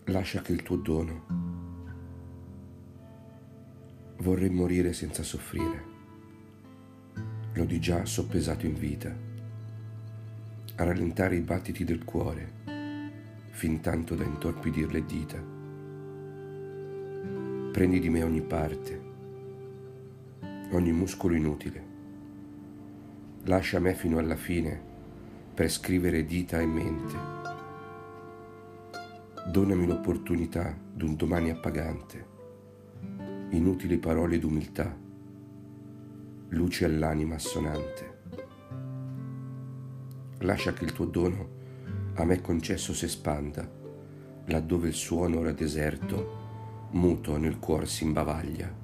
Lascia che il tuo dono. Vorrei morire senza soffrire. L'ho di già soppesato in vita. A rallentare i battiti del cuore, fin tanto da intorpidir le dita. Prendi di me ogni parte, ogni muscolo inutile. Lascia me fino alla fine per scrivere dita e mente. Donami l'opportunità d'un domani appagante, inutili parole d'umiltà, luce all'anima assonante. Lascia che il tuo dono a me concesso s'espanda, laddove il suono ora deserto, muto nel cuor s'imbavaglia.